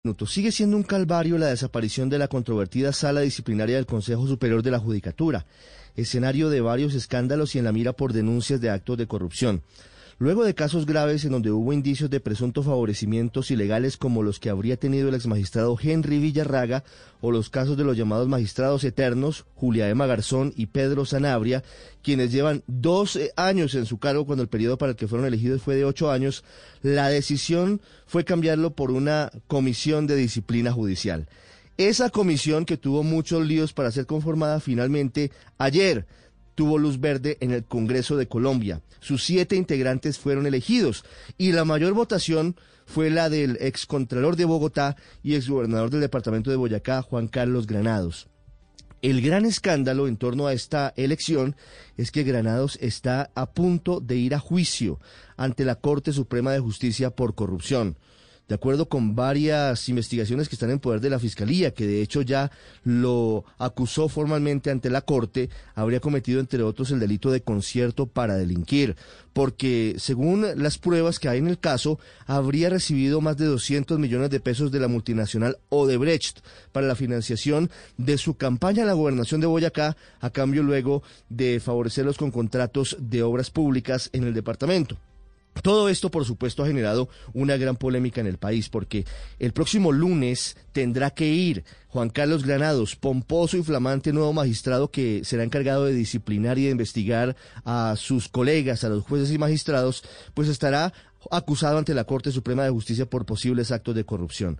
Sigue siendo un calvario la desaparición de la controvertida sala disciplinaria del Consejo Superior de la Judicatura, escenario de varios escándalos y en la mira por denuncias de actos de corrupción. Luego de casos graves en donde hubo indicios de presuntos favorecimientos ilegales como los que habría tenido el exmagistrado Henry Villarraga o los casos de los llamados magistrados eternos, Julia Emma Garzón y Pedro Sanabria, quienes llevan 12 años en su cargo cuando el periodo para el que fueron elegidos fue de 8 años, la decisión fue cambiarlo por una comisión de disciplina judicial. Esa comisión, que tuvo muchos líos para ser conformada, finalmente ayer tuvo luz verde en el Congreso de Colombia. Sus 7 integrantes fueron elegidos y la mayor votación fue la del excontralor de Bogotá y exgobernador del departamento de Boyacá, Juan Carlos Granados. El gran escándalo en torno a esta elección es que Granados está a punto de ir a juicio ante la Corte Suprema de Justicia por corrupción. De acuerdo con varias investigaciones que están en poder de la Fiscalía, que de hecho ya lo acusó formalmente ante la Corte, habría cometido entre otros el delito de concierto para delinquir, porque según las pruebas que hay en el caso, habría recibido más de 200 millones de pesos de la multinacional Odebrecht para la financiación de su campaña a la gobernación de Boyacá, a cambio luego de favorecerlos con contratos de obras públicas en el departamento. Todo esto, por supuesto, ha generado una gran polémica en el país, porque el próximo lunes tendrá que ir Juan Carlos Granados, pomposo y flamante nuevo magistrado que será encargado de disciplinar y de investigar a sus colegas, a los jueces y magistrados, pues estará acusado ante la Corte Suprema de Justicia por posibles actos de corrupción.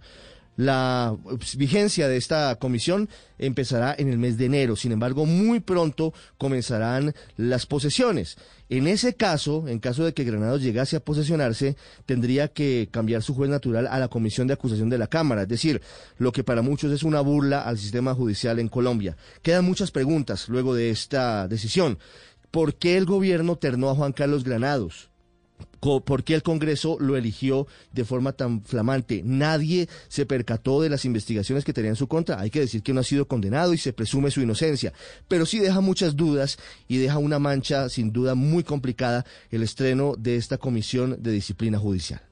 La vigencia de esta comisión empezará en el mes de enero, sin embargo, muy pronto comenzarán las posesiones. En ese caso, en caso de que Granados llegase a posesionarse, tendría que cambiar su juez natural a la Comisión de Acusación de la Cámara, es decir, lo que para muchos es una burla al sistema judicial en Colombia. Quedan muchas preguntas luego de esta decisión. ¿Por qué el gobierno ternó a Juan Carlos Granados? ¿Por qué el Congreso lo eligió de forma tan flamante? Nadie se percató de las investigaciones que tenía en su contra. Hay que decir que no ha sido condenado y se presume su inocencia, pero sí deja muchas dudas y deja una mancha sin duda muy complicada el estreno de esta Comisión de Disciplina Judicial.